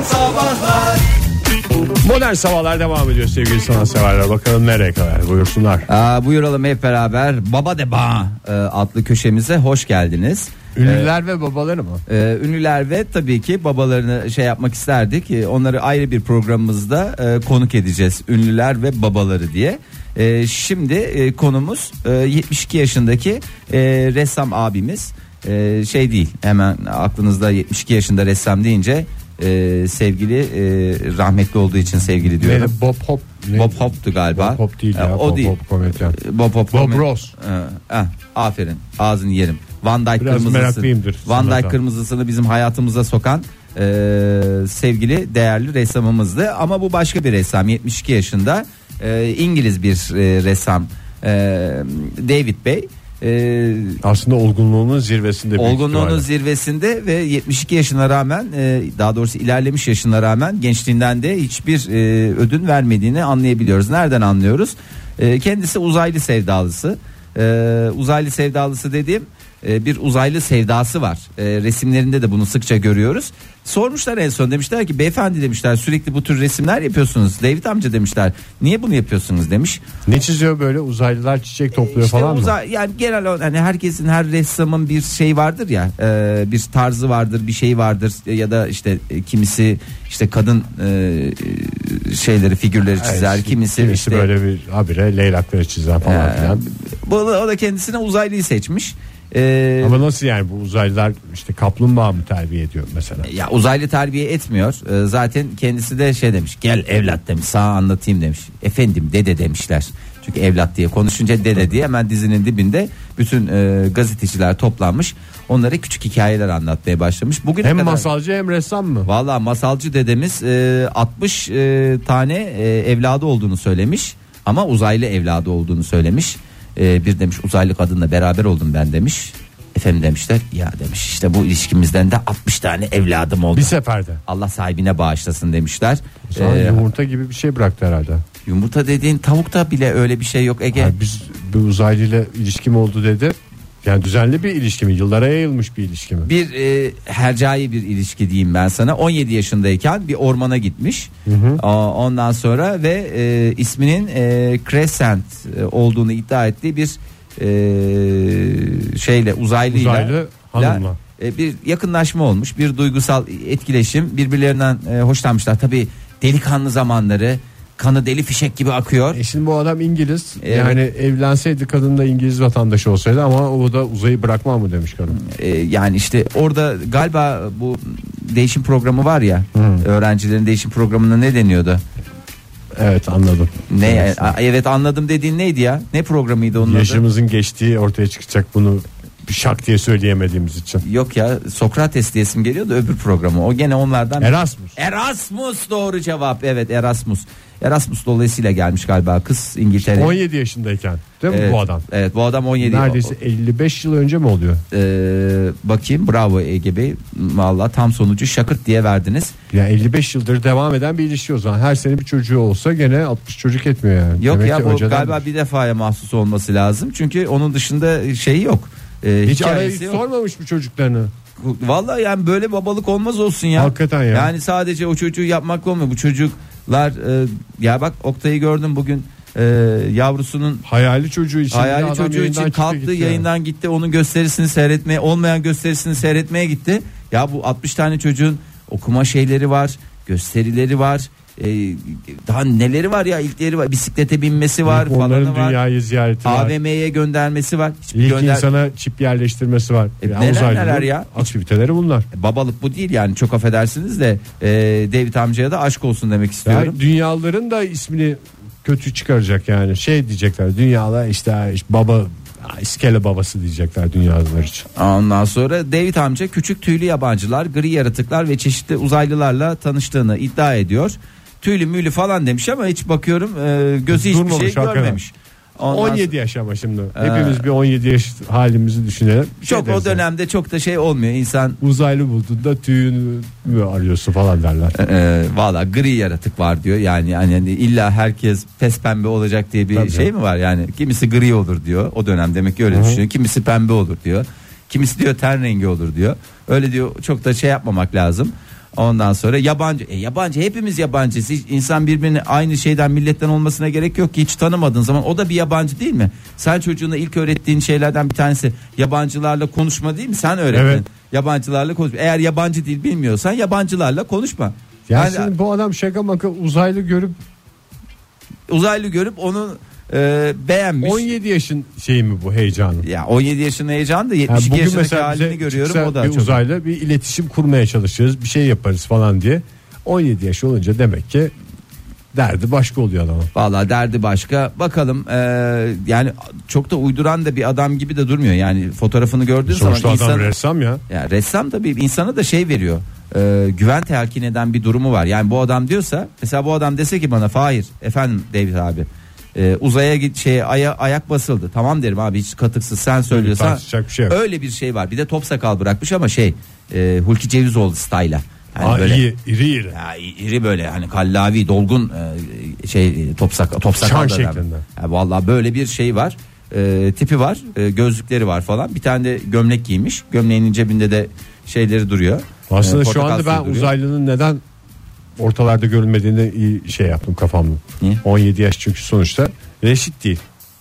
Sabahlar. Modern Sabahlar devam ediyor sevgili sanatseverler. Bakalım nereye kadar, buyursunlar. Buyuralım hep beraber. Baba de Ba adlı köşemize hoş geldiniz. Ünlüler ve babaları mı? Ünlüler ve tabii ki babalarını şey yapmak isterdik. Onları ayrı bir programımızda konuk edeceğiz. Ünlüler ve babaları diye. Şimdi konumuz 72 yaşındaki ressam abimiz. Şey değil, hemen aklınızda 72 yaşında ressam deyince sevgili rahmetli olduğu için sevgili diyorum. Bob Hope. Bob Hope'tu galiba. Bob Hope değil ya. O Bob değil. Hope komedyen. Bob Ross. Aferin. Ağzını yerim. Van Dyke Biraz kırmızısı. meraklıyımdır. Van Dyke sanata. kırmızısını bizim hayatımıza sokan sevgili değerli ressamımızdı. Ama bu başka bir ressam. 72 yaşında İngiliz bir ressam David Bey. Aslında olgunluğunun zirvesinde. Olgunluğunun zirvesinde ve 72 yaşına rağmen daha doğrusu ilerlemiş yaşına rağmen gençliğinden de hiçbir ödün vermediğini anlayabiliyoruz. Nereden anlıyoruz? Kendisi uzaylı sevdalısı. Uzaylı sevdalısı dediğim bir uzaylı sevdası var. Resimlerinde de bunu sıkça görüyoruz. Sormuşlar en son, demişler ki beyefendi demişler, sürekli bu tür resimler yapıyorsunuz. David amca demişler, niye bunu yapıyorsunuz demiş. Ne çiziyor böyle, uzaylılar çiçek topluyor İşte falan mı? Yani genel hani herkesin, her ressamın bir şey vardır ya, bir tarzı vardır, bir şey vardır ya da işte kimisi işte kadın şeyleri, figürleri çizer, Evet, kimisi işte böyle bir habire leylakları çizer falan filan. O da kendisine uzaylıyı seçmiş. Ama nasıl yani, bu uzaylılar işte kaplumbağa mı terbiye ediyor mesela? Ya uzaylı terbiye etmiyor. Zaten kendisi de şey demiş, gel evlat demiş, sana anlatayım demiş. Efendim dede demişler. Çünkü evlat diye konuşunca dede diye hemen dizinin dibinde bütün gazeteciler toplanmış. Onlara küçük hikayeler anlatmaya başlamış. Bugüne Hem kadar, masalcı hem ressam mı? Valla masalcı dedemiz 60 tane evladı olduğunu söylemiş. Ama uzaylı evladı olduğunu söylemiş. Bir demiş uzaylı kadınla beraber oldum ben demiş. Efendim demişler, ya demiş işte bu ilişkimizden de 60 tane evladım oldu. Bir seferde. Allah sahibine bağışlasın demişler. Yumurta gibi bir şey bıraktı herhalde. Yumurta dediğin, tavukta bile öyle bir şey yok Ege. Yani biz bu uzaylıyla ilişkim oldu dedi. Yani düzenli bir ilişki mi? Yıllara yayılmış bir ilişki mi? Bir hercai bir ilişki diyeyim ben sana. 17 yaşındayken bir ormana gitmiş. Ondan sonra ve isminin Crescent olduğunu iddia ettiği bir şeyle, uzaylı hanımla bir yakınlaşma olmuş. Bir duygusal etkileşim, birbirlerinden hoşlanmışlar. Tabii delikanlı zamanları, kanı deli fişek gibi akıyor. Şimdi bu adam İngiliz. Evet. Yani evlenseydi kadın da İngiliz vatandaşı olsaydı, ama o da uzayı bırakmam mı demiş kadın. Yani işte orada galiba bu değişim programı var ya, öğrencilerin değişim programına ne deniyordu? Evet, anladım. Evet anladım dediğin neydi ya? Ne programıydı onun adı? Yaşımızın geçtiği ortaya çıkacak, bunu şak diye söyleyemediğimiz için. Yok ya, Sokrates diye isim geliyordu öbür programı. O gene onlardan. Erasmus doğru cevap. Evet, Erasmus dolayısıyla gelmiş galiba kız İngiltere. 17 yaşındayken değil mi bu adam? Evet, bu adam 17. Neredeyse 55 yıl önce mi oluyor? Bakayım, bravo Ege Bey. Vallahi tam sonucu şakırt diye verdiniz. Ya 55 yıldır devam eden bir ilişki o zaman. Her sene bir çocuğu olsa gene 60 çocuk etmiyor yani. Yok Demek ya, ki bu önceden galiba bir defaya mahsus olması lazım. Çünkü onun dışında şeyi yok. hiç arayıp Hikayesi yok. sormamış mı çocuklarını? Vallahi yani böyle babalık olmaz olsun ya. Hakikaten ya. Yani sadece o çocuğu yapmakla olmuyor. Bu çocuklar ya bak, Oktay'ı gördüm bugün, yavrusunun Hayali çocuğu için kalktı, yayından gitti. Onun gösterisini seyretmeye, olmayan gösterisini seyretmeye gitti. Ya bu 60 tane çocuğun okuma şeyleri var, gösterileri var. Daha neleri var ya, ilkleri var, bisiklete binmesi var, onların falanı var, dünyayı ziyareti var, AVM'ye göndermesi var. İlk insana çip yerleştirmesi var. Neler ya, aktiviteleri bunlar. Babalık bu değil yani, çok affedersiniz de David amcaya da aşk olsun demek istiyorum. Yani dünyaların da ismini kötü çıkaracak yani, şey diyecekler, dünyalar işte baba, iskele babası diyecekler dünyalar için. Ondan sonra David amca küçük tüylü yabancılar, gri yaratıklar ve çeşitli uzaylılarla tanıştığını iddia ediyor. Tüylü müylü falan demiş ama hiç bakıyorum gözü hiçbir şey görmemiş. 17 yaş ama şimdi hepimiz bir 17 yaş halimizi düşünelim. Çok o dönemde yani, çok da şey olmuyor insan. Uzaylı bulduğunda tüyünü mü arıyorsun falan derler. Valla gri yaratık var diyor yani illa herkes pes pembe olacak diye bir şey mi var yani, kimisi gri olur diyor o dönem, demek ki öyle düşünüyor, kimisi pembe olur diyor, kimisi diyor ten rengi olur diyor, öyle diyor, çok da şey yapmamak lazım. Ondan sonra yabancı hepimiz yabancıyız. İnsan birbirine aynı şeyden milletten olmasına gerek yok ki, hiç tanımadığın zaman o da bir yabancı değil mi? Sen çocuğuna ilk öğrettiğin şeylerden bir tanesi yabancılarla konuşma değil mi? Sen öğrettin. Evet. Yabancılarla konuş. Eğer yabancı dil bilmiyorsan yabancılarla konuşma. Yani şimdi bu adam şaka maka uzaylı görüp onu beğenmiş. 17 yaşın şeyi mi bu heyecanı? Ya 17 yaşında heyecan da 72 bugün yaşındaki halini görüyorum, o da bir çok. uzaylı bir iletişim kurmaya çalışıyoruz, bir şey yaparız falan diye. 17 yaş olunca demek ki derdi başka oluyor adamın. Vallahi derdi başka. Bakalım yani çok da uyduran da bir adam gibi de durmuyor. Yani fotoğrafını gördüğün Sonuçta zaman adam ressam ya. Ya ressam da bir insana da şey veriyor. Güven telkin eden bir durumu var. Yani bu adam diyorsa, mesela bu adam dese ki bana, Fahir efendim David abi, uzaya git, ayak basıldı. Tamam derim abi, hiç katıksız, sen söylüyorsan. Bir şey yok. Öyle bir şey var. Bir de top sakal bırakmış ama Hulki Cevizoğlu style'a. Yani böyle iri. Ya, iri böyle hani kallavi dolgun top sakal Şan şeklinde. Ya, vallahi böyle bir şey var. Tipi var, gözlükleri var falan. Bir tane de gömlek giymiş. Gömleğinin cebinde de şeyleri duruyor. Aslında şu anda ben uzaylının neden ortalarda görülmediğini iyi şey yaptım kafamda. Niye? 17 yaş çünkü sonuçta reşit değil.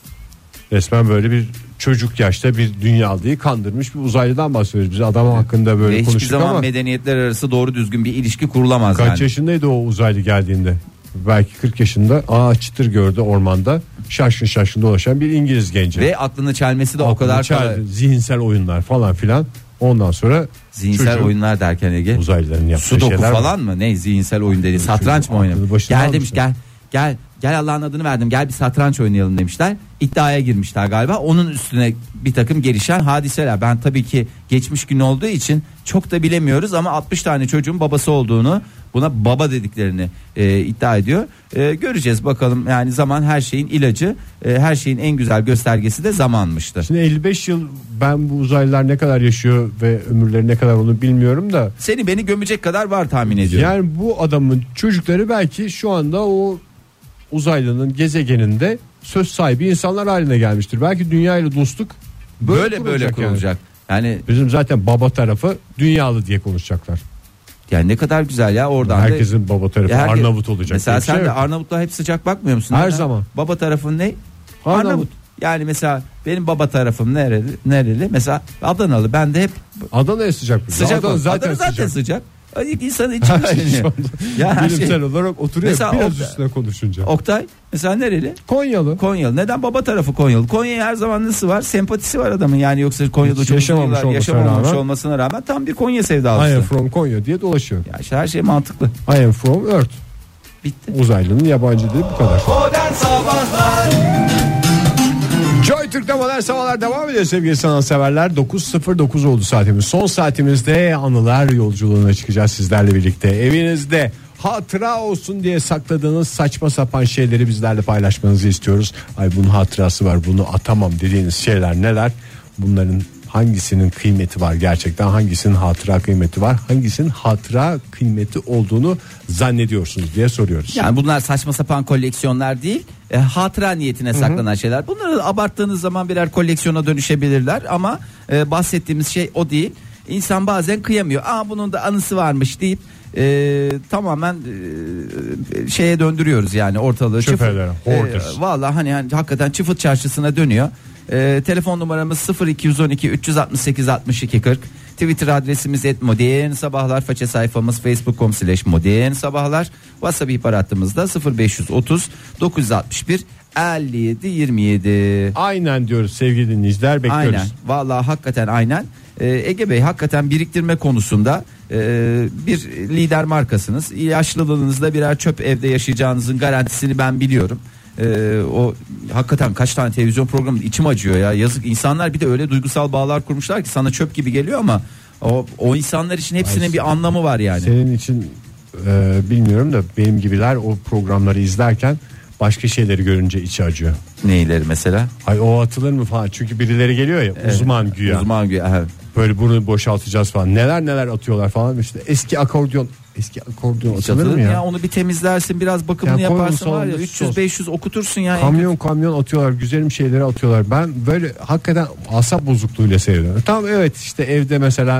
Resmen böyle bir çocuk yaşta bir dünyalıyı kandırmış bir uzaylıdan bahsediyoruz. Biz adam hakkında böyle hiçbir konuştuk zaman ama medeniyetler arası doğru düzgün bir ilişki kurulamaz. kaç yani. yaşındaydı o uzaylı geldiğinde? Belki 40 yaşında çıtır gördü ormanda, şaşkın dolaşan bir İngiliz genci. Ve aklını çelmesi de o kadar kolay. Zihinsel oyunlar falan filan. Ondan sonra Zihinsel oyunlar derken Ege, uzaylıların yaptığı sudoku şeyler falan mı? Ne zihinsel oyun dedi? Satranç mı oynamış? Gel demiş, gel Allah'ın adını verdim, gel bir satranç oynayalım demişler. İddiaya girmişler galiba. Onun üstüne bir takım gelişen hadiseler. Ben tabii ki geçmiş gün olduğu için çok da bilemiyoruz ama 60 tane çocuğun babası olduğunu, buna baba dediklerini iddia ediyor. Göreceğiz bakalım, yani zaman her şeyin ilacı, her şeyin en güzel göstergesi de zamanmıştı. Şimdi 55 yıl, ben bu uzaylılar ne kadar yaşıyor ve ömürleri ne kadar onu bilmiyorum da. Seni beni gömecek kadar var tahmin ediyorum. Yani bu adamın çocukları belki şu anda o uzaylının gezegeninde söz sahibi insanlar haline gelmiştir. Belki dünya ile dostluk böyle kurulacak. Yani bizim zaten baba tarafı dünyalı diye konuşacaklar. Yani ne kadar güzel ya, oradan herkesin baba tarafı Arnavut olacak. Mesela sen şey de Arnavutluğa hep sıcak bakmıyor musun? Her zaman. Baba tarafın ne? Arnavut. Yani mesela benim baba tarafım nereli? Mesela Adanalı. Ben de hep Adana'ya sıcak. Adana zaten sıcak. İnsanın içi pişiriyor. Bilimsel olarak oturuyor mesela biraz üstüne konuşunca. Oktay mesela nereli? Konyalı. Neden baba tarafı Konyalı? Konya'ya her zaman nasıl var? Sempatisi var adamın, yani yoksa Konya'da çok yaşamamış olmasına rağmen tam bir Konya sevdalısı. I am from Konya diye dolaşıyor. Ya işte her şey mantıklı. I am from Earth. Bitti. Uzaylının yabancı dili bu kadar. Modern Sabahlar. Joy Türk'te Modern Sabahlar devam ediyor sevgili sanatseverler. 9.09 oldu saatimiz. Son saatimizde anılar yolculuğuna çıkacağız sizlerle birlikte. Evinizde hatıra olsun diye sakladığınız saçma sapan şeyleri bizlerle paylaşmanızı istiyoruz. Ay bunun hatırası var, bunu atamam dediğiniz şeyler neler? Bunların hangisinin kıymeti var gerçekten, hangisinin hatıra kıymeti var, hangisinin hatıra kıymeti olduğunu zannediyorsunuz diye soruyoruz. Yani bunlar saçma sapan koleksiyonlar değil, hatıra niyetine saklanan şeyler. Bunları abarttığınız zaman birer koleksiyona dönüşebilirler ama bahsettiğimiz şey o değil. İnsan bazen kıyamıyor. Bunun da anısı varmış deyip tamamen şeye döndürüyoruz yani ortalığı. Vallahi hani hakikaten çıfıt çarşısına dönüyor. Telefon numaramız 0212 368 62 40. Twitter adresimiz @modernsabahlar, faça sayfamız facebook.com/modernsabahlar. WhatsApp ihbar hattımızda 0530 961 57 27. Aynen diyoruz sevgili dinleyiciler, bekliyoruz. Aynen. Vallahi hakikaten aynen. Ege Bey, hakikaten biriktirme konusunda bir lider markasınız. Yaşlılığınızda birer çöp evde yaşayacağınızın garantisini ben biliyorum. O hakikaten kaç tane televizyon programı, içim acıyor ya, yazık insanlar, bir de öyle duygusal bağlar kurmuşlar ki sana çöp gibi geliyor ama o insanlar için hepsinin bir anlamı var yani. Senin için bilmiyorum da benim gibiler o programları izlerken başka şeyleri görünce içi acıyor. Neyleri mesela? Ay o atılır mı falan, çünkü birileri geliyor ya, uzman güya. Evet. Böyle bunu boşaltacağız falan, neler atıyorlar falan, işte eski akordeon atılır mı ya? Ya onu bir temizlersin, biraz bakımını yani yaparsın var ya, 300-500 okutursun ya. Kamyon atıyorlar, güzelim şeyleri atıyorlar. Ben böyle hakikaten asap bozukluğuyla seyrediyorum. Tamam, evet, işte evde mesela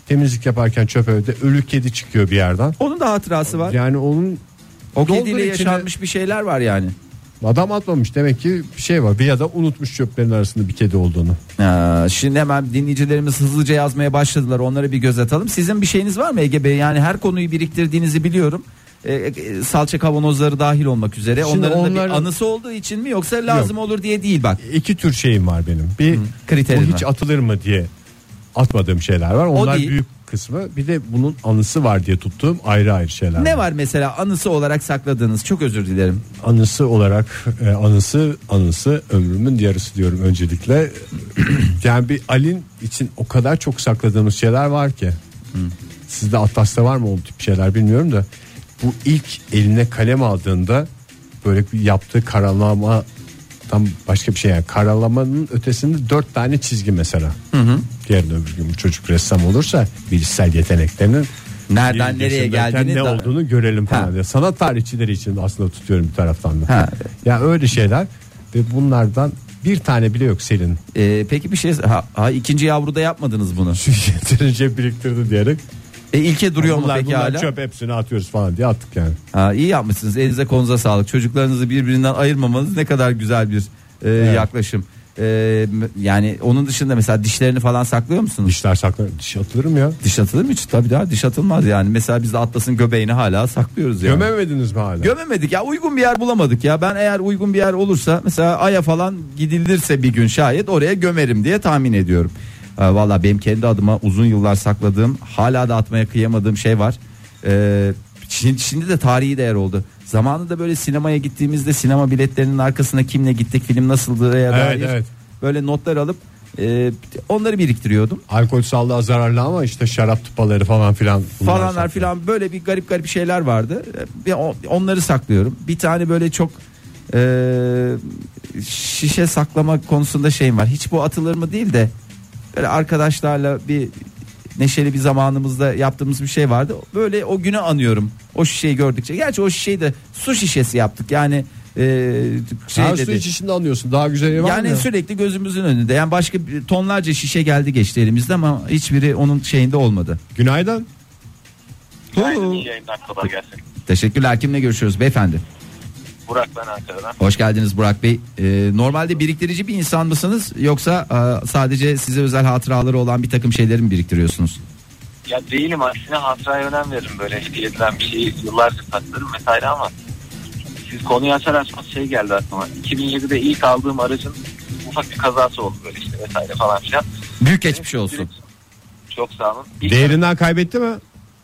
temizlik yaparken çöp evde ölü kedi çıkıyor bir yerden. Onun da hatırası var. Yani onun O doldur kediyle içine- yaşanmış bir şeyler var yani. adam atmamış demek ki bir şey var. Bir ya da unutmuş çöplerin arasında bir kedi olduğunu. Şimdi hemen dinleyicilerimiz hızlıca yazmaya başladılar. Onlara bir göz atalım. Sizin bir şeyiniz var mı Ege Bey? Yani her konuyu biriktirdiğinizi biliyorum. Salça kavanozları dahil olmak üzere. Şimdi Onların da bir onların- anısı olduğu için mi yoksa lazım olur diye değil bak. İki tür şeyim var benim. Bir kriterim bu hiç var. atılır mı diye atmadığım şeyler var. Onlar değil. büyük kısmı. Bir de bunun anısı var diye tuttuğum ayrı şeyler. Ne var mesela anısı olarak sakladığınız? Çok özür dilerim. Anısı olarak anısı ömrümün yarısı diyorum öncelikle. Yani bir Alin için o kadar çok sakladığımız şeyler var ki. Sizde Atlas'ta var mı o tip şeyler bilmiyorum da. Bu ilk eline kalem aldığında böyle bir yaptığı karalamadan başka bir şey, yani karalamanın ötesinde 4 tane çizgi mesela. Yarın öbür gün bu çocuk ressam olursa bilişsel yeteneklerinin Nereden bir nereye yaşındayken geldiğini ne da- olduğunu görelim falan Ha. diye. Sanat tarihçileri için aslında tutuyorum bir taraftan da. Ha. Ya öyle şeyler ve bunlardan bir tane bile yok Selin. Peki bir şey ikinci yavruda yapmadınız bunu. Yeterince biriktirdi diyerek. İlke duruyor mu peki bunlar hala? çöp hepsini atıyoruz falan diye attık yani. İyi yapmışsınız. Elinize konuza sağlık. Çocuklarınızı birbirinden ayırmamanız ne kadar güzel bir yaklaşım. Yani onun dışında mesela dişlerini falan saklıyor musunuz? Dişler saklanır. Diş atılır mı ya? Diş atılır mı hiç? Tabii daha diş atılmaz yani. Mesela biz de Atlas'ın göbeğini hala saklıyoruz yani. Gömemediniz mi hala? Gömemedik ya, uygun bir yer bulamadık ya. Ben eğer uygun bir yer olursa mesela Ay'a falan gidilirse bir gün şayet oraya gömerim diye tahmin ediyorum. Valla benim kendi adıma uzun yıllar sakladığım, hala da atmaya kıyamadığım şey var. Şimdi de tarihi değer oldu. Zamanında böyle sinemaya gittiğimizde sinema biletlerinin arkasına kimle gittik, film nasıldı ya dair Evet. böyle notlar alıp onları biriktiriyordum. Alkol sağlığa zararlı ama işte şarap tıpaları falan filan. bunlar Falanlar saklı. filan böyle bir garip şeyler vardı. Onları saklıyorum. Bir tane böyle çok şişe saklama konusunda şeyim var. Hiç bu atılır mı değil de böyle arkadaşlarla bir neşeli bir zamanımızda yaptığımız bir şey vardı. Böyle o günü anıyorum. O şişeyi gördükçe. Gerçi o şişeyi de su şişesi yaptık. Yani Her su içişinde anlıyorsun. Daha güzeli var mı? yani sürekli gözümüzün önünde. Yani başka tonlarca şişe geldi geçti elimizde ama hiçbiri onun şeyinde olmadı. Günaydın. Günaydın, iyi yayınlar, kolay gelsin. Teşekkürler. Kimle görüşüyoruz beyefendi? Burak, ben Ankara'dan. Hoş geldiniz Burak Bey. Normalde biriktirici bir insan mısınız yoksa sadece size özel hatıraları olan bir takım şeyleri mi biriktiriyorsunuz? Ya değilim, aksine hatıraya önem veririm, böyle hediye edilen bir şeyi yıllarca saklarım vesaire ama siz konuyu açarsanız şey geldi aklıma. 2007'de ilk aldığım aracın ufak bir kazası oldu böyle işte vesaire falan filan. Büyük geçmiş olsun. Çok sağ olun. İlk Değerinden kaybetti mi?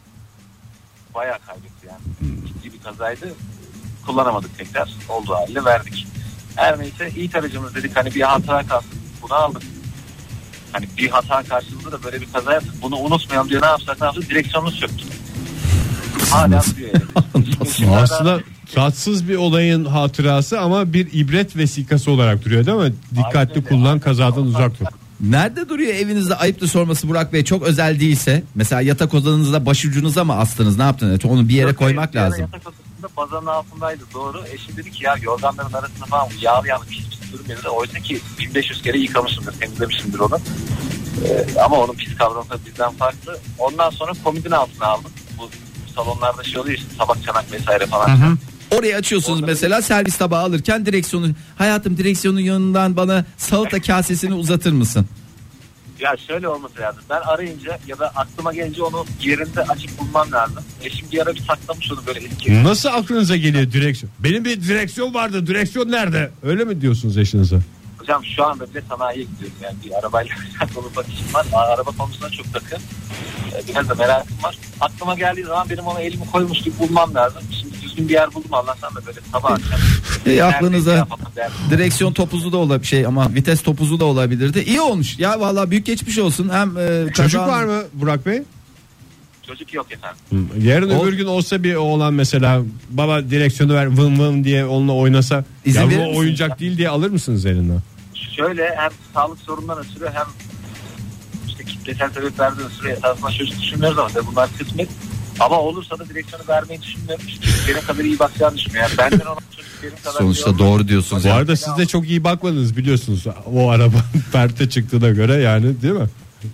bayağı kaybetti yani. Ciddi bir kazaydı. Kullanamadık tekrar. Olduğu halde verdik. Her neyse ilk aracımız dedik hani bir hatıra kalsın. Bunu aldık. Hani bir hata karşılığında da böyle bir kaza yaptık. Bunu unutmayalım diye ne yapsak direksiyonunu söktük. Hala duruyor yani. Aslında tatsız bir olayın hatırası ama bir ibret vesikası olarak duruyor değil mi? Dikkatli öyle. kullan, kazadan uzak dur. Nerede duruyor evinizde, ayıptır sorması Burak Bey, çok özel değilse mesela yatak odanızda başucunuza mı astınız, ne yaptınız, onu bir yere koymak lazım. Yatak odasında bazanın altındaydı, doğru. Eşim dedi ki ya yorganların arasında falan yağlı pis durmuyor dedi. Oysa ki 1500 kere yıkamışımdır, temizlemişimdir onu. Ama onun pis kavramı bizden farklı. Ondan sonra komodin altına aldım. Bu salonlarda şey oluyor işte, tabak çanak vesaire falan. Orayı açıyorsunuz mesela, servis tabağı alırken direksiyonu, hayatım direksiyonun yanından bana salata kasesini uzatır mısın? Ya şöyle olması lazım. Ben arayınca ya da aklıma gelince onu yerinde açıp bulmam lazım. Eşim bir ara bir saklamış onu böyle eski. Nasıl aklınıza geliyor direksiyon? Benim bir direksiyon vardı, direksiyon nerede? Öyle mi diyorsunuz eşinize? Hocam şu anda bile sanayiye gidiyorum yani, bir arabayla alakalı bakışım var. Araba konusunda çok takım. Biraz da merakım var. Aklıma geldiği zaman benim ona elimi koymuş gibi bulmam lazım. Şimdi düzgün bir yer buldum Allah'tan da böyle sabah akşam. Aklınıza direksiyon topuzu da olabilir şey, ama vites topuzu da olabilirdi. İyi olmuş ya, vallahi büyük geçmiş olsun. Hem Çocuk var mı Burak Bey? Çocuk yok efendim. Yarın öbür gün olsa bir oğlan mesela, baba direksiyonu ver vın vın diye onunla oynasa, İzin ya verir bu misin? oyuncak değil diye alır mısınız elinden? Şöyle, hem sağlık sorunları ötürü hem işte kitlesel sebeplerden ötürü esasında çocuk düşünmüyoruz ama tabii bunlar kısmet. Ama olursa da direksiyonu vermeyi düşünmüyorum. Çünkü benim kadar iyi bakacağını düşünmüyorum. Yani benden olan çocuk benim kadar Sonuçta iyi doğru diyorsunuz. Bu Yani. arada siz de çok iyi bakmadınız biliyorsunuz. O araba perte çıktığına göre yani, değil mi?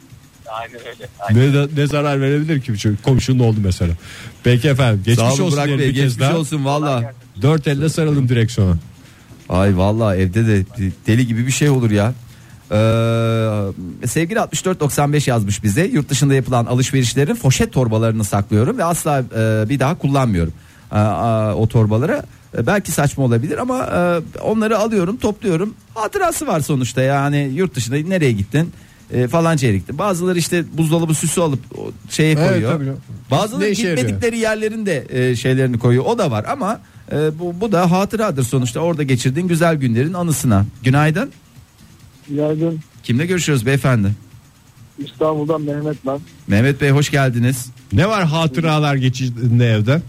Aynen öyle. Aynen. Ne zarar verebilir ki? Çünkü komşunun oldu mesela. Peki efendim. Geçmiş Sağ olun olsun Burak diyelim Bey, bir kez geçmiş daha. olsun valla. Dört elle saralım direksiyona. Ay valla evde de deli gibi bir şey olur ya. Sevgili 6495 yazmış bize. Yurt dışında yapılan alışverişlerin poşet torbalarını saklıyorum ve asla bir daha kullanmıyorum o torbaları. Belki saçma olabilir ama onları alıyorum, topluyorum. Hatırası var sonuçta, yani yurt dışında nereye gittin? Falanca yere gittin. Bazıları işte buzdolabı süsü alıp şeye koyuyor. Evet, bazıları gitmedikleri yerlerinde şeylerini koyuyor. O da var ama bu da hatıradır sonuçta, orada geçirdiğin güzel günlerin anısına. Günaydın. Günaydın. Kimle görüşüyoruz beyefendi? İstanbul'dan Mehmet ben. Mehmet Bey hoş geldiniz. Ne var hatıralar geçirdiğinde evde?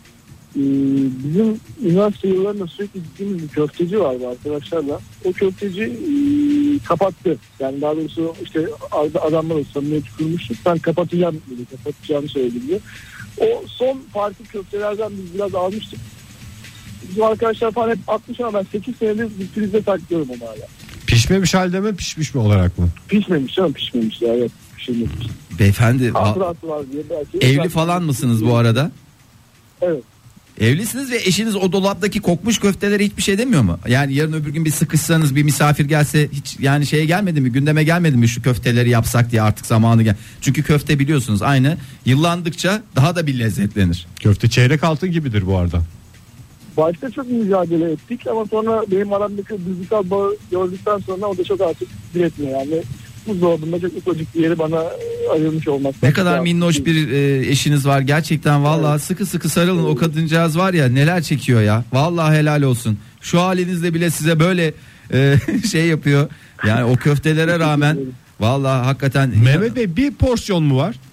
Bizim üniversite yıllarında sürekli gittiğimiz bir köfteci vardı arkadaşlarla. O köfteci kapattı. Yani daha doğrusu işte adamlarla samimiyeti kurmuştuk. Ben kapatacağını söyledi diye. O son parti köftelerden biz biraz almıştık. Bizim arkadaşlar falan hep atmış ama ben 8 senedir bir prizde saklıyorum onu hala. Pişmemiş halde mi, pişmiş mi olarak mı? Pişmemiş canım, pişmemiş ya. Evet, pişmemiş. Beyefendi hatırası var diye belki. Evli falan mısınız bu arada? Evet. Evlisiniz ve eşiniz o dolaptaki kokmuş köftelere hiçbir şey demiyor mu? Yani yarın öbür gün bir sıkışsanız, bir misafir gelse hiç yani şeye gelmedi mi, gündeme gelmedi mi şu köfteleri yapsak diye, artık zamanı gel. Çünkü köfte biliyorsunuz aynı yıllandıkça daha da bir lezzetlenir. Köfte çeyrek altın gibidir bu arada. Başta çok mücadele ettik ama sonra benim aramdaki duygusal bağı gördükten sonra o da çok artık diretmiyor yani. Buzdolabında çok ufacık bir yeri bana ayrılmış olmak. Ne kadar minnoş bir eşiniz var gerçekten, vallahi evet. Sıkı sıkı sarılın, o kadıncağız var ya neler çekiyor ya, vallahi helal olsun. Şu halinizde bile size böyle şey yapıyor yani, o köftelere rağmen vallahi hakikaten. Mehmet Bey, bir porsiyon mu var?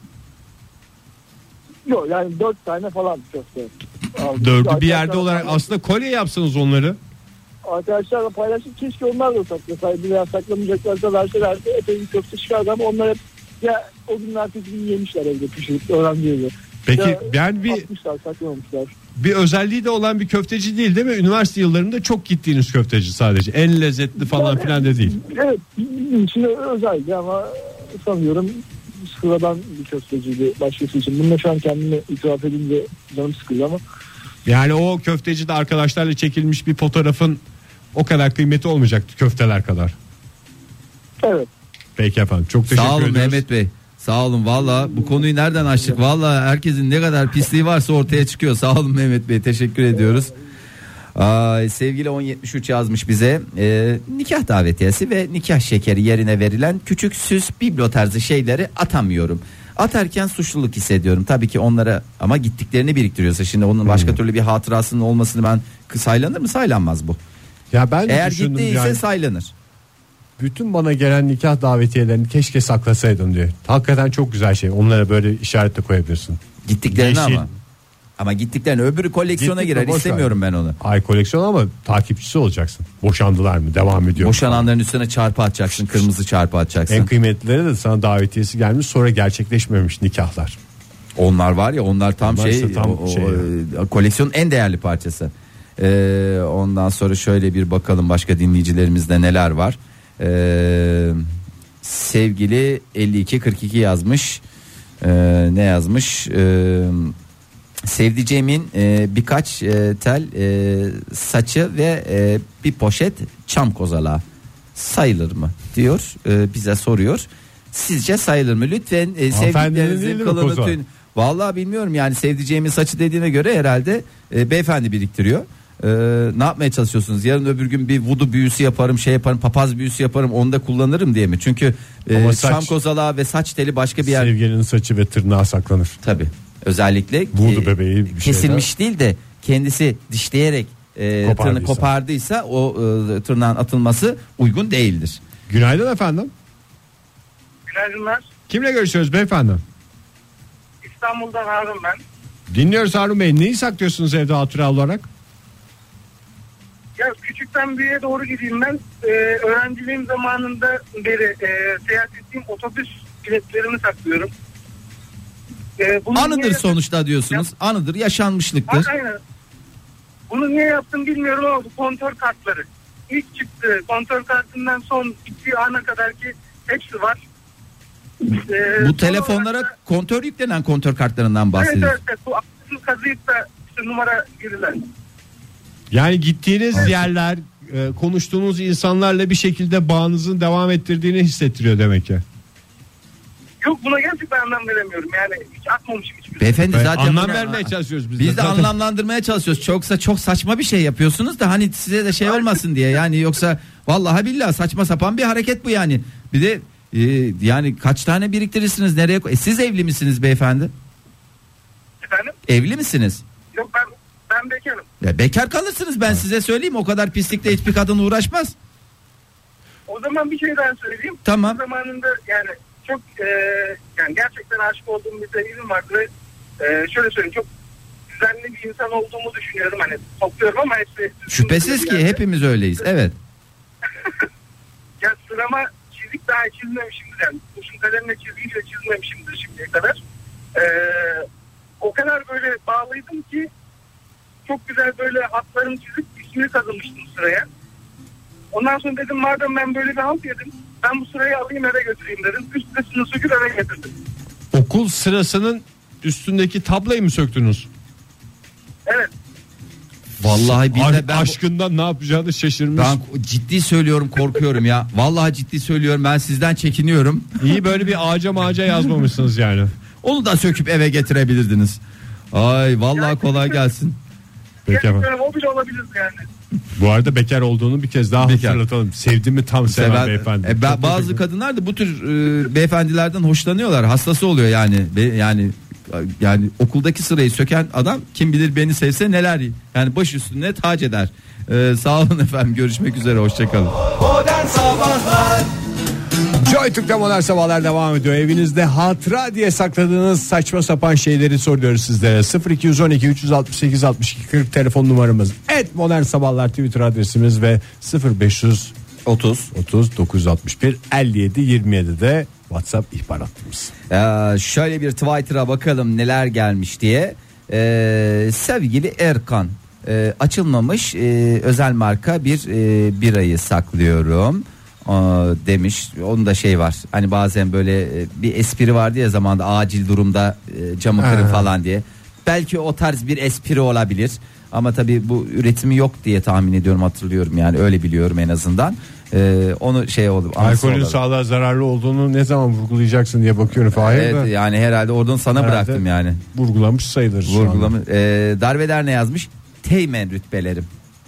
Yok yani 4 tane falan köfte. Dördü bir yerde olarak aslında kolye yapsanız onları. Arkadaşlarla paylaştık, keşke onlar da saklasaydı veya saklamayacaklarsa verselerdi, epey bir köfte çıkardı ama onlar hep ya o günün ertesi gün yemişler evde pişirip öğrenci evi. Peki ya, yani saklamamışlar. Bir özelliği de olan bir köfteci değil mi? Üniversite yıllarında çok gittiğiniz köfteci sadece. En lezzetli falan yani, filan da değil. Evet, bizim için özeldi ama sanıyorum sıradan bir köfteciydi başkası için. Bununla şu an kendimi itiraf edince canım sıkıldı ama. Yani o köfteci de arkadaşlarla çekilmiş bir fotoğrafın o kadar kıymeti olmayacaktı köfteler kadar. Evet. Peki efendim, çok teşekkür ediyoruz. Sağ olun Mehmet Bey. Sağ olun valla, bu konuyu nereden açtık? Valla herkesin ne kadar pisliği varsa ortaya çıkıyor. Sağ olun Mehmet Bey, teşekkür ediyoruz. Sevgili 1073 yazmış bize, nikah davetiyesi ve nikah şekeri yerine verilen küçük süs biblo tarzı şeyleri atamıyorum. Atarken suçluluk hissediyorum. Tabii ki onlara, ama gittiklerini biriktiriyorsa şimdi onun başka türlü bir hatırasının olmasını ben saylanır mı? Saylanmaz bu. Ya ben eğer gittiyse yani, saylanır. Bütün bana gelen nikah davetiyelerini keşke saklasaydım diyor. Hakikaten çok güzel şey. Onlara böyle işaret de koyabilirsin. Gittiklerini ama gittiklerini, öbürü koleksiyona girer, istemiyorum ben onu. Ay koleksiyon ama takipçisi olacaksın. Boşandılar mı? Devam ediyor. Boşananların üstüne çarpı atacaksın, kırmızı çarpı atacaksın. En kıymetlileri de sana davetiyesi gelmiş, sonra gerçekleşmemiş nikahlar. Onlar var ya, onlar tam koleksiyonun en değerli parçası. Ondan sonra şöyle bir bakalım başka dinleyicilerimizde neler var. Sevgili 5242 yazmış. Ne yazmış? Sevdiceğimin birkaç tel saçı ve bir poşet çam kozalağı sayılır mı diyor, bize soruyor. Sizce sayılır mı? Lütfen sevdiklerinizin kalanı vallahi bilmiyorum yani, sevdiceğimin saçı dediğine göre herhalde beyefendi biriktiriyor. Ne yapmaya çalışıyorsunuz? Yarın öbür gün bir vudu büyüsü yaparım, şey yaparım, papaz büyüsü yaparım, onu da kullanırım diye mi? Çünkü çam kozalağı ve saç teli başka bir yer. Sevgilinin saçı ve tırnağı saklanır. Tabii. Özellikle vudu bebeği kesilmiş şeyden, değil de kendisi dişleyerek tırnağı kopardıysa o tırnağın atılması uygun değildir. Günaydın efendim. Günaydınlar. Kimle görüşüyoruz beyefendi? İstanbul'dan Harun ben. Dinliyoruz Harun Bey. Neyi saklıyorsunuz evde hatıra olarak? Ya küçükten büyüğe doğru gideyim ben. Öğrenciliğim zamanında beri seyahat ettiğim otobüs biletlerimi saklıyorum. Anıdır sonuçta diyorsunuz. Anıdır, yaşanmışlıktır. Aynen. Bunu niye yaptım bilmiyorum ama bu kontör kartları. İlk çıktı kontör kartından son gittiği ana kadar ki hepsi var. Bu telefonlara kontör yüklenen kontör kartlarından bahsediyoruz. Evet. Bu aklını kazıyıp da işte numara girilen. Yani gittiğiniz yerler, konuştuğunuz insanlarla bir şekilde bağınızın devam ettirdiğini hissettiriyor demek ki. Yok, buna gerçekten anlam veremiyorum. Yani hiç atmamışım hiçbir. Beyefendi zaten anlam vermeye çalışıyoruz biz de. Biz de anlamlandırmaya çalışıyoruz. Çoksa çok saçma bir şey yapıyorsunuz da hani size de şey olmasın diye. Yani yoksa vallahi billahi saçma sapan bir hareket bu yani. Bir de yani kaç tane biriktirirsiniz, nereye siz evli misiniz beyefendi? Efendim? Evli misiniz? Yok, ben bekarım. Ya bekar kalırsınız, ben size söyleyeyim, o kadar pislikle hiçbir kadın uğraşmaz. O zaman bir şey daha söyleyeyim. Tamam. O zamanında yani çok yani gerçekten aşık olduğum bir sevgilim vardı ve şöyle söyleyeyim, çok düzenli bir insan olduğumu düşünüyorum. Hani topluyorum ama hepsi Şüphesiz ki hepimiz öyleyiz. Evet. Ya sırama çizik daha çizmemişimdir yani. Kurşun kalemle çizgiyle çizmemişimdir şimdiye kadar. O kadar böyle bağlıydım ki çok güzel böyle hatlarını çizip ismini kazımıştım sıraya. Ondan sonra dedim madem ben böyle bir halt yedim, ben bu sırayı alayım eve götüreyim dedim. Üstüne söküp eve getirdim. Okul sırasının üstündeki tablayı mı söktünüz? Evet. Vallahi billahi ben aşkından ne yapacağını şaşırmış. Ben ciddi söylüyorum, korkuyorum ya. Vallahi ciddi söylüyorum, ben sizden çekiniyorum. İyi böyle bir ağaca yazmamışsınız yani. Onu da söküp eve getirebilirdiniz. Ay vallahi kolay gelsin. Peki ama. Yani o bile olabilir yani. Bu arada bekar olduğunu bir kez daha hatırlatalım. Sevdiğimi tam seven beyefendi. Bazı kadınlar da bu tür beyefendilerden hoşlanıyorlar. Hastası oluyor yani. Yani okuldaki sırayı söken adam kim bilir beni sevse neler. Yani baş üstüne tac eder. Sağ olun efendim, görüşmek üzere, hoşçakalın. Modern Sabahlar. Joy Türk'te Modern Sabahlar devam ediyor. Evinizde hatıra diye sakladığınız saçma sapan şeyleri soruyoruz sizlere. 0212 368 62 40 telefon numaramız. @Modern Sabahlar Twitter adresimiz ve 0530 30 961 57 27'de WhatsApp ihbar hattımız. Şöyle bir Twitter'a bakalım neler gelmiş diye. Sevgili Erkan, açılmamış özel marka bir birayı saklıyorum demiş. Onun da şey var, hani bazen böyle bir espri vardı ya zamanda, acil durumda camı kırın falan diye. Belki o tarz bir espri olabilir ama tabii bu üretimi yok diye tahmin ediyorum, hatırlıyorum yani, öyle biliyorum en azından. Onu şey oldu. Alkolün sağlığa zararlı olduğunu ne zaman vurgulayacaksın diye bakıyorum. Evet yani herhalde oradan sana herhalde bıraktım yani. Vurgulamış sayılır. Darveder ne yazmış? Teğmen rütbelerim.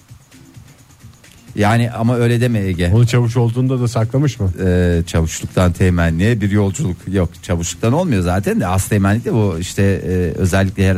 Yani ama öyle deme Ege. Onu çavuş olduğunda da saklamış mı? Çavuşluktan teğmenliğe bir yolculuk. Yok, çavuşluktan olmuyor zaten de, as teğmenlik de bu işte, özellikle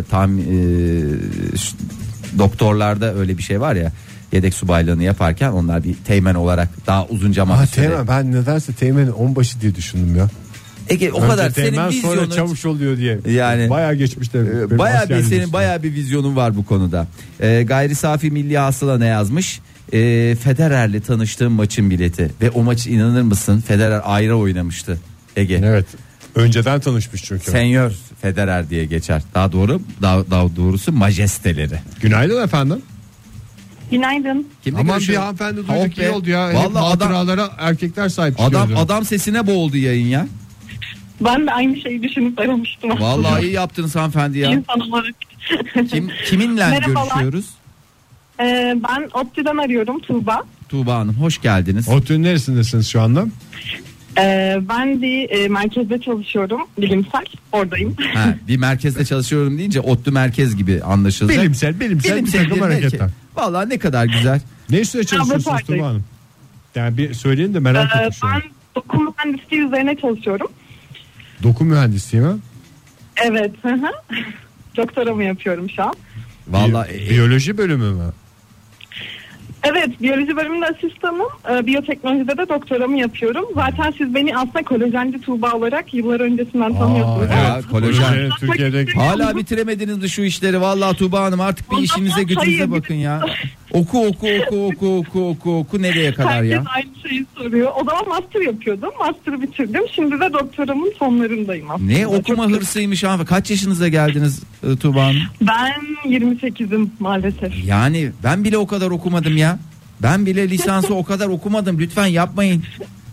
doktorlarda öyle bir şey var ya. Yedek subaylığını yaparken onlar bir teğmen olarak daha uzunca mahsede. Teğmen, ben nedense teğmenin onbaşı diye düşündüm ya. Ege o önce kadar teğmen, senin sonra vizyonun çavuş oluyor diye. Yani bayağı geçmişte. Bayağı bir vizyonun var bu konuda. Gayri safi milli hasıla ne yazmış? Federer'le tanıştığım maçın bileti ve o maçı, inanır mısın, Federer ayrı oynamıştı Ege. Evet. Önceden tanışmış çünkü. Senior Federer diye geçer. Daha doğrusu majesteleri. Günaydın efendim. Günaydın. Aman bir hanımefendi duyduk, iyi oldu ya. Vallahi hatıralara erkekler sahip çıkıyor. Adam sesine boğuldu yayın ya. Ben de aynı şeyi düşünüp aramıştım. Vallahi iyi yaptınız hanımefendi ya. İnsan olarak. Kiminle görüşüyoruz? Ben ODTÜ'den arıyorum, Tuğba. Tuğba Hanım, hoş geldiniz. ODTÜ'nün neresindesiniz şu anda? Ben bir merkezde çalışıyorum, bilimsel, oradayım. Bir merkezde çalışıyorum deyince ODTÜ merkez gibi anlaşılacak. Bilimsel bir takım hareketler. Vallahi ne kadar güzel. Ne üstüne çalışıyorsunuz Tuğba Hanım? Yani bir söyleyin de merak ettim şu an. Ben doku mühendisliği üzerine çalışıyorum. Doku mühendisliği mi? Evet. Doktoramı yapıyorum şu an. Vallahi biyoloji bölümü mü? Evet, biyoloji bölümünde asistanım. Biyoteknolojide de doktoramı yapıyorum. Zaten siz beni aslında kolajenci Tuğba olarak yıllar öncesinden tanıyorsunuz. Evet, kolajen. Türkiye'de hala bitiremediniz de şu işleri. Vallahi Tuğba Hanım, artık bir işinize gücünüze bakın ya. Oku nereye kadar herkes ya? Herkes aynı şeyi soruyor. O zaman master yapıyordum. Master'ı bitirdim. Şimdi de doktoramın sonlarındayım aslında. Ne okuma hırsıymış hanım. Kaç yaşınıza geldiniz Tuğba Hanım? Ben 28'im maalesef. Yani ben bile o kadar okumadım ya. Ben bile lisansı o kadar okumadım. Lütfen yapmayın.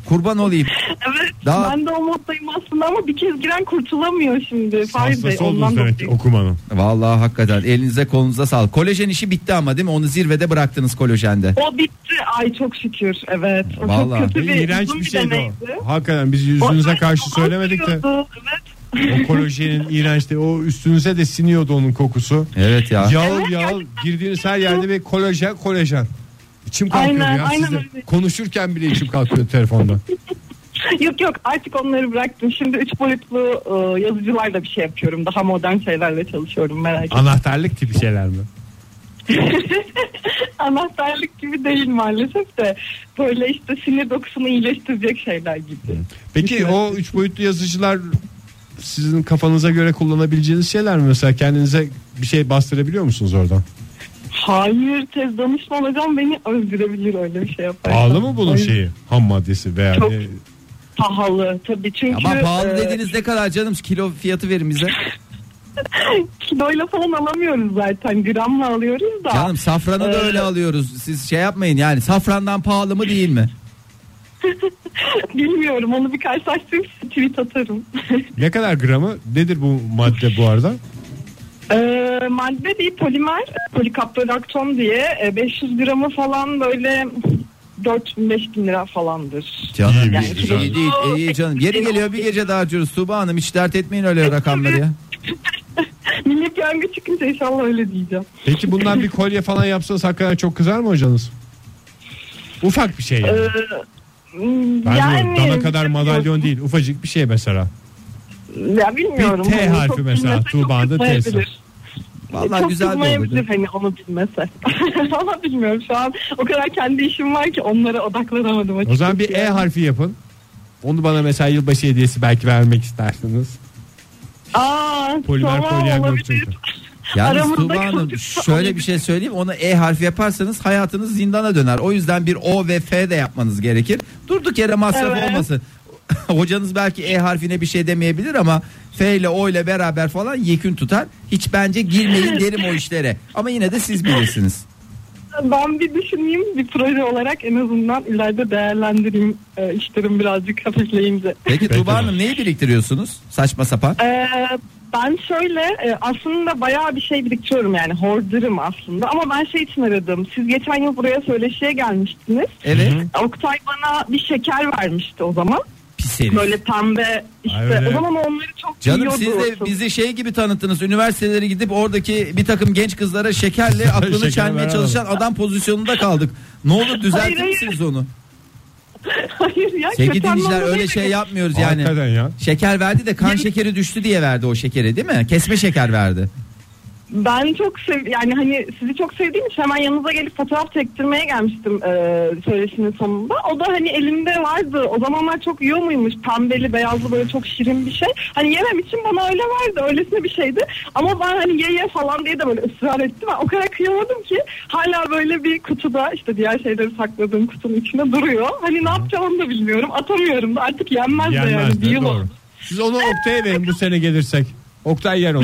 Kurban olayım. Evet Daha... ben de o moddayım aslında ama bir kez giren kurtulamıyor şimdi. Hastası oldunuz demek ki okumanın. Vallahi hakikaten elinize kolunuza sağlık. Kolajen işi bitti ama değil mi? Onu zirvede bıraktınız kolajende. O bitti. Ay çok şükür. Evet. O vallahi. çok kötü bir, İğrenç uzun bir şeydi deneydi. o. Hakikaten biz yüzünüze karşı söylemedik de. Evet. O kolajenin iğrençti. O üstünüze de siniyordu onun kokusu. Evet ya. Yağıl girdiğiniz her yerde bir kolajen. İçim kalkıyor Aynen, ya aynen size. öyle. Konuşurken bile içim kalkıyor telefonda. Yok artık onları bıraktım. Şimdi 3 boyutlu yazıcılarla bir şey yapıyorum. Daha modern şeylerle çalışıyorum, merak etme. Anahtarlık tipi şeyler mi? Anahtarlık gibi değil maalesef de. Böyle işte sinir dokusunu iyileştirecek şeyler gibi. Peki o 3 boyutlu yazıcılar sizin kafanıza göre kullanabileceğiniz şeyler mi? Mesela kendinize bir şey bastırabiliyor musunuz oradan? Hayır, tez danışman hocam beni öldürebilir öyle bir şey yaparsa. Pahalı mı bunun şeyi? Ham maddesi veya çok pahalı tabii çünkü. Ama pahalı dediğiniz ne kadar canım? Kilo fiyatı verin bize. Kiloyla falan alamıyoruz zaten, gramla alıyoruz da. Canım safranı da öyle alıyoruz. Siz şey yapmayın yani, safrandan pahalı mı değil mi? Bilmiyorum, onu bir karşılaştırayım, tweet atarım. Ne kadar gramı? Nedir bu madde bu arada? Madde değil, polimer, polikaptolakton diye 500 gramı falan böyle 4.000-5.000 lira falandır. Canım Yani iyi değil, iyi canım. Yeri geliyor bir gece daha harcıyoruz Tuğba Hanım, hiç dert etmeyin öyle rakamları ya. Milli piyango çıkınca inşallah öyle diyeceğim. Peki bundan bir kolye falan yapsanız hakikaten çok kızar mı hocanız? Ufak bir şey yani. Yani dana kadar madalyon değil, ufacık bir şey mesela. Ya bilmiyorum. Bir T harfi mesela, Tuğba'da T'si. Vallahi çok güzel kızmayabilir hani onu bilmese. Ama bilmiyorum, şu an o kadar kendi işim var ki onlara odaklanamadım açıkçası. O zaman bir E harfi yapın. Onu bana mesela yılbaşı hediyesi belki vermek istersiniz. Polimer kolye yok çünkü. Yalnız Tuğba Hanım şöyle bir şey söyleyeyim, onu E harfi yaparsanız hayatınız zindana döner. O yüzden bir O ve F de yapmanız gerekir. Durduk yere masraf olmasın. Hocanız belki E harfine bir şey demeyebilir ama F ile O ile beraber falan yekün tutar. Hiç bence girmeyin derim o işlere. Ama yine de siz bilirsiniz. Ben bir düşüneyim, bir proje olarak en azından ileride değerlendireyim işlerim birazcık hafifleyince. Peki Tuğba Hanım neyi biriktiriyorsunuz saçma sapan? Ben şöyle aslında bayağı bir şey biriktiriyorum, yani hoarder'ım aslında, ama ben şey için aradım. Siz geçen yıl buraya söyleşiye gelmiştiniz. Evet. Oktay bana bir şeker vermişti o zaman. Pis herif. Böyle pembe işte. O zaman onları çok canım yiyordu. siz de bizi şey gibi tanıttınız. Üniversitelere gidip oradaki bir takım genç kızlara şekerle aklını çelmeye çalışan adam pozisyonunda kaldık. Ne olur düzeltir misiniz onu? Hayır ya. Sevgili dinleyiciler, öyle şey yapmıyoruz yani. Ya. Şeker verdi de kan şekeri düştü diye verdi o şekeri, değil mi? Kesme şeker verdi. Ben çok yani hani sizi çok sevdiğim için hemen yanınıza gelip fotoğraf çektirmeye gelmiştim söyleşinin sonunda. O da hani elinde vardı. O zamanlar çok yiyor muymuş? Pembeli, beyazlı, böyle çok şirin bir şey. Hani yemem için bana öyle verdi. Öylesine bir şeydi. Ama ben hani ye falan diye de böyle ısrar ettim. Ben o kadar kıyamadım ki hala böyle bir kutuda, işte diğer şeyleri sakladığım kutunun içinde duruyor. Hani ne yapacağımı da bilmiyorum. Atamıyorum da, artık yenmez de yani. Bir yıl oldu. Siz onu Oktay'a verin bu sene gelirsek. Oktay yer onu.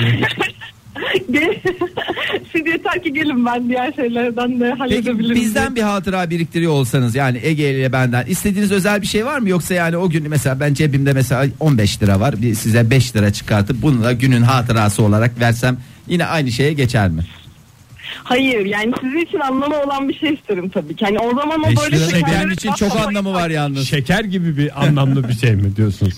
Siz yeter ki gelin, ben diğer şeylerden de halledebilirim. Peki bizden bir hatıra biriktiriyor olsanız, yani Ege ile benden istediğiniz özel bir şey var mı? Yoksa yani o gün mesela ben cebimde mesela 15 lira var, bir size 5 lira çıkartıp bunu da günün hatırası olarak versem yine aynı şeye geçer mi? Hayır, yani sizin için anlamı olan bir şey isterim tabii ki. Yani o zaman o böyle şekerleri benim için çok anlamı var yalnız. Şeker gibi bir anlamlı bir şey mi diyorsunuz?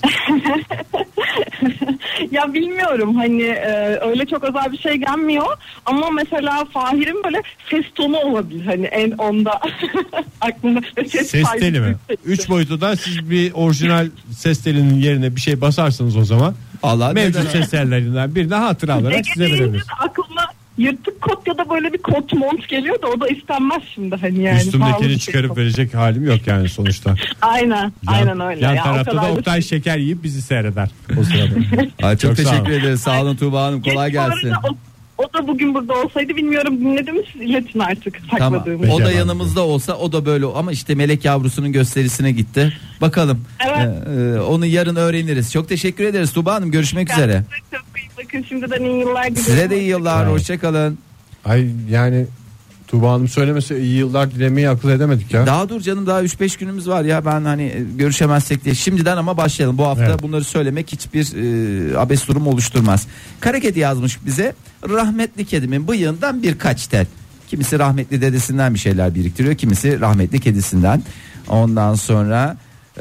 Ya bilmiyorum, hani öyle çok özel bir şey gelmiyor ama mesela Fahir'in böyle ses tonu olabilir, hani en onda aklımda ses teli mi? 3 boyutludan siz bir orijinal ses telinin yerine bir şey basarsanız o zaman Allah mevcut ses tellerinden birini hatıra olarak size verebiliriz. Aklıma yırtık kot ya da böyle bir kot mont geliyor da o da istenmez şimdi hani yani. Üstümdekini çıkarıp verecek halim yok yani sonuçta. Aynen öyle. Yan tarafta da Oktay şeker yiyip bizi seyreder o sırada. Çok teşekkür ederiz. Sağ olun Tuğba Hanım, kolay gelsin. O da bugün burada olsaydı, bilmiyorum, dinledim mi siz, iletin artık sakladığımı. Tamam. O da yanımızda olsa o da böyle, ama işte melek yavrusunun gösterisine gitti. Bakalım. Evet. Onu yarın öğreniriz. Çok teşekkür ederiz Tuğba Hanım. Görüşmek üzere. Çok iyi bakın, şimdiden iyi yıllar diliyorum. Size de iyi yıllar. Hoşçakalın. Ay yani Tuğba Hanım söylemese iyi yıllar dilemeyi akıl edemedik ya. Daha dur canım, daha 3-5 günümüz var ya, ben hani görüşemezsek diye şimdiden ama başlayalım. Bu hafta Evet. bunları söylemek hiçbir abes durum oluşturmaz. Kara kedi yazmış bize, rahmetli kedimin bıyığından birkaç tel. Kimisi rahmetli dedesinden bir şeyler biriktiriyor, kimisi rahmetli kedisinden. Ondan sonra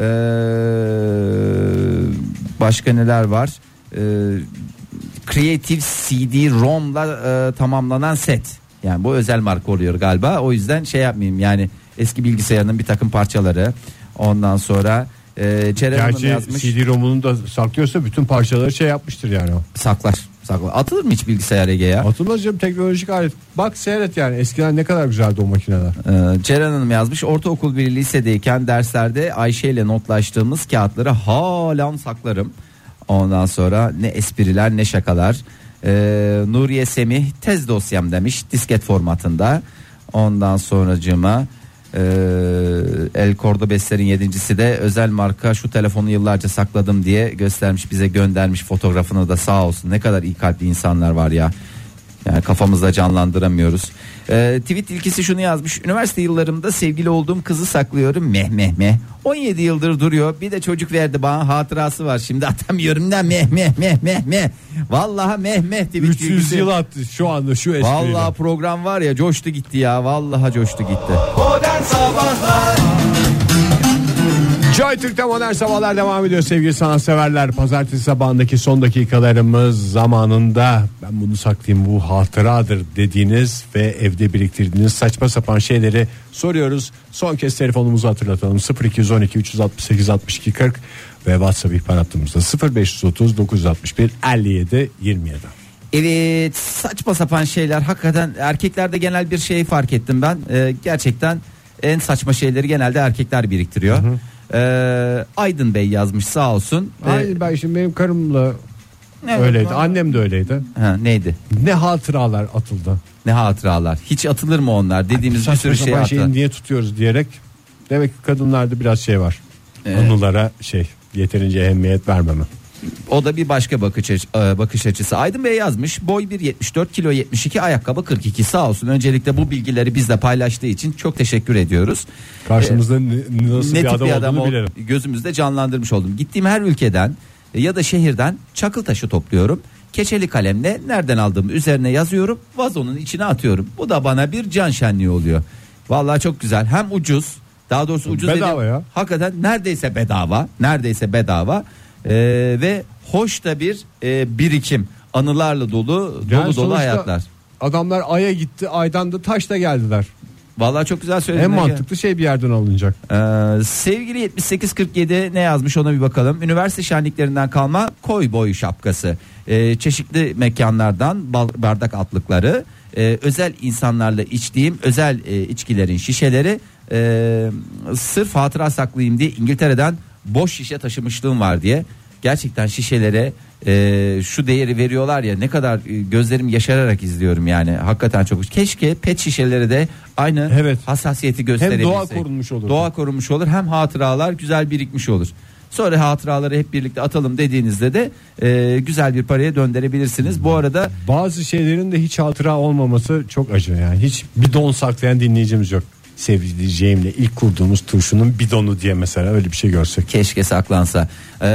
başka neler var? Creative CD-ROM'la tamamlanan set. Yani bu özel marka oluyor galiba. O yüzden şey yapmayayım yani, eski bilgisayarının bir takım parçaları. Ondan sonra Ceren Hanım Gerçi yazmış. CD-ROM'unu da saklıyorsa bütün parçaları şey yapmıştır yani o. Saklar. Atılır mı hiç bilgisayar Ege ya? Atılmaz canım, teknolojik alet. Bak seyret yani, eskiden ne kadar güzeldi o makineler. Ceren Hanım yazmış, ortaokul bir lisedeyken derslerde Ayşe ile notlaştığımız kağıtları halen saklarım. Ondan sonra ne espriler ne şakalar. Nuriye Semih tez dosyam demiş, disket formatında. Ondan sonracığıma El Cordobes'lerin 7.'si de özel marka şu telefonu yıllarca sakladım diye göstermiş, bize göndermiş fotoğrafını da, sağ olsun. Ne kadar iyi kalpli insanlar var ya. Yani kafamızda canlandıramıyoruz. Tweet ilkisi şunu yazmış. Üniversite yıllarımda sevgili olduğum kızı saklıyorum. Meh meh meh. 17 yıldır duruyor. Bir de çocuk verdi bana, hatırası var. Şimdi atamıyorum da meh meh meh meh meh. Vallahi meh meh. 300 yıl attı şu anda şu espriyle. Vallahi program var ya, coştu gitti ya. Vallahi coştu gitti. Modern Sabahlar. Joy Türk'te Modern Sabahlar devam ediyor sevgili sanatseverler. Pazartesi sabahındaki son dakikalarımız zamanında ben bunu saklayayım, bu hatıradır dediğiniz ve evde biriktirdiğiniz saçma sapan şeyleri soruyoruz. Son kez telefonumuzu hatırlatalım: 0212 368 62 40 ve WhatsApp ihbar hattımızda 0530 961 57 27. Evet, saçma sapan şeyler hakikaten erkeklerde genel bir şey fark ettim ben. Gerçekten en saçma şeyleri genelde erkekler biriktiriyor. Aydın Bey yazmış, sağ olsun. Hayır, ben şimdi benim karımla Evet, öyleydi, annem de öyleydi. Neydi? Ne hatıralar atıldı. Ne hatıralar? Hiç atılır mı onlar? Dediğimiz bir sürü şey sapan şeyi atılır. niye tutuyoruz diyerek, demek ki kadınlarda biraz şey var. Anılara yeterince ehemmiyet vermeme. O da bir başka bakış açısı. Aydın Bey yazmış, boy 1.74, kilo 72, ayakkabı 42, sağ olsun. Öncelikle bu bilgileri bizle paylaştığı için çok teşekkür ediyoruz. Karşımızda nasıl Ne bir tip adam olduğunu bilelim. Gözümüzde canlandırmış oldum. Gittiğim her ülkeden ya da şehirden çakıl taşı topluyorum. Keçeli kalemle nereden aldığımı üzerine yazıyorum, vazonun içine atıyorum. Bu da bana bir can şenliği oluyor. Vallahi çok güzel. Hem ucuz, daha doğrusu ucuz bedava dediğim, ya. hakikaten neredeyse bedava. Ve hoş da bir birikim, anılarla dolu sonuçta hayatlar. Adamlar Ay'a gitti, Ay'dan da taş da geldiler. Vallahi çok güzel söyledin. En mantıklı şey bir yerden alınacak. Sevgili 7847 ne yazmış, ona bir bakalım. Üniversite şenliklerinden kalma koy boyu şapkası. Çeşitli mekanlardan bardak altlıkları, özel insanlarla içtiğim özel içkilerin şişeleri, sırf hatıra saklayayım diye İngiltere'den boş şişe taşımışlığım var diye. Gerçekten şişelere şu değeri veriyorlar ya, ne kadar gözlerim yaşararak izliyorum yani, hakikaten çok. Keşke pet şişelere de aynı hassasiyeti gösterebilsek. Hem doğa korunmuş olur. Doğa korunmuş olur, hem hatıralar güzel birikmiş olur. Sonra hatıraları hep birlikte atalım dediğinizde de güzel bir paraya döndürebilirsiniz. Bu arada bazı şeylerin de hiç hatıra olmaması çok acı yani. Hiç bidon saklayan dinleyicimiz yok. Sevdiceğimle ilk kurduğumuz turşunun bidonu diye mesela öyle bir şey görsek. Keşke saklansa.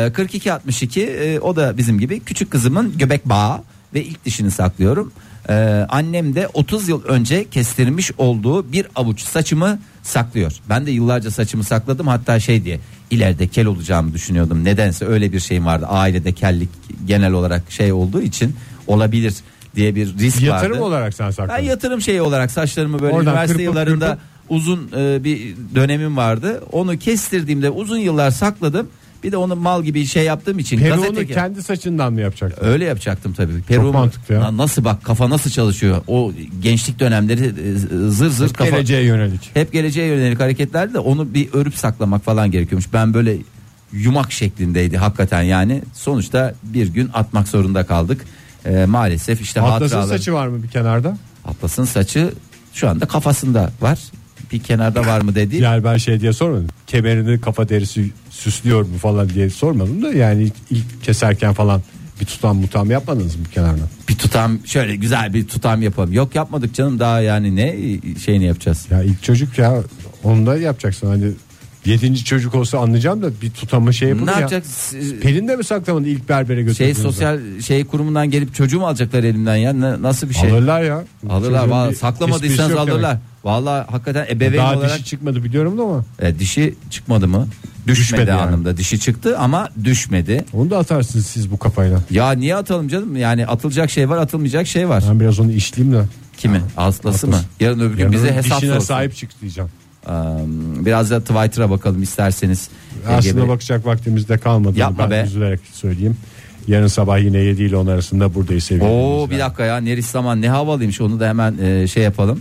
4262 o da bizim gibi, küçük kızımın göbek bağı ve ilk dişini saklıyorum. Annem de 30 yıl önce kestirmiş olduğu bir avuç saçımı saklıyor. Ben de yıllarca saçımı sakladım, hatta diye, ileride kel olacağımı düşünüyordum. Nedense öyle bir şeyim vardı. Ailede kellik genel olarak olduğu için olabilir diye bir risk vardı. Yatırım olarak sen sakladın. Ben yatırım olarak saçlarımı böyle oradan üniversite yıllarında uzun bir dönemim vardı. Onu kestirdiğimde uzun yıllar sakladım. Bir de onu mal gibi yaptığım için. Peruğunu kendi saçından mı yapacaktın? Öyle yapacaktım tabii. Çok mantıklı ya. Nasıl, bak kafa nasıl çalışıyor. O gençlik dönemleri zır zır hep kafa. Geleceğe yönelik. Hep geleceğe yönelik hareketlerde onu bir örüp saklamak falan gerekiyormuş. Ben böyle yumak şeklindeydi hakikaten yani. Sonuçta bir gün atmak zorunda kaldık. Maalesef Atlas'ın saçı var mı bir kenarda? Atlas'ın saçı şu anda kafasında var. Bir kenarda var mı dedi. Yani ben diye sormadım. Kemerini kafa derisi süslüyor mu falan diye sormadım da yani ilk keserken falan Bir tutam yapmadınız mı kenarına? Bir tutam, şöyle güzel bir tutam yapalım. Yok, yapmadık canım, daha yani ne şeyini yapacağız. Ya ilk çocuk ya, onu da yapacaksın hani. 7. çocuk olsa anlayacağım da bir tutamı şey yapılır Ne ya. yapacak? Pelin de mi saklamadı ilk berbere götürdüğünüzde? Sosyal kurumundan gelip çocuğu mu alacaklar elimden ya? Nasıl bir şey? Alırlar ya. Alırlar vallahi, saklamadıysanız alırlar. Vallahi hakikaten ebeveyn daha olarak. dişi çıkmadı biliyorum da ama. Dişi çıkmadı mı? Düşmedi yani. anlamda. Dişi çıktı ama düşmedi. Onu da atarsınız siz bu kafayla. Ya niye atalım canım? Yani atılacak şey var, atılmayacak şey var. Ben biraz onu işleyeyim de. Kimi? Aslası mı? Yarın öbür gün bize hesap dişine sorsun. sahip çık diyeceğim. Biraz da Twitter'a bakalım isterseniz. Aslında bakacak vaktimiz de kalmadı. Yapma ben be. üzülerek söyleyeyim. Yarın sabah yine 7 ile 10 arasında buradayız sevgili dinleyiciler. Bir dakika ya, Neris Zaman ne havalıymış, onu da hemen şey yapalım.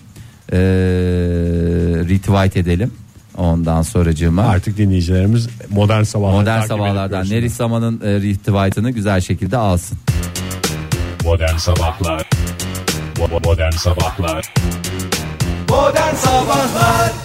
Retweet edelim. Ondan sonracığıma. Artık dinleyicilerimiz modern sabahlardan Neris Zaman'ın retweet'ını güzel şekilde alsın. Modern Sabahlar. Modern Sabahlar. Modern Sabahlar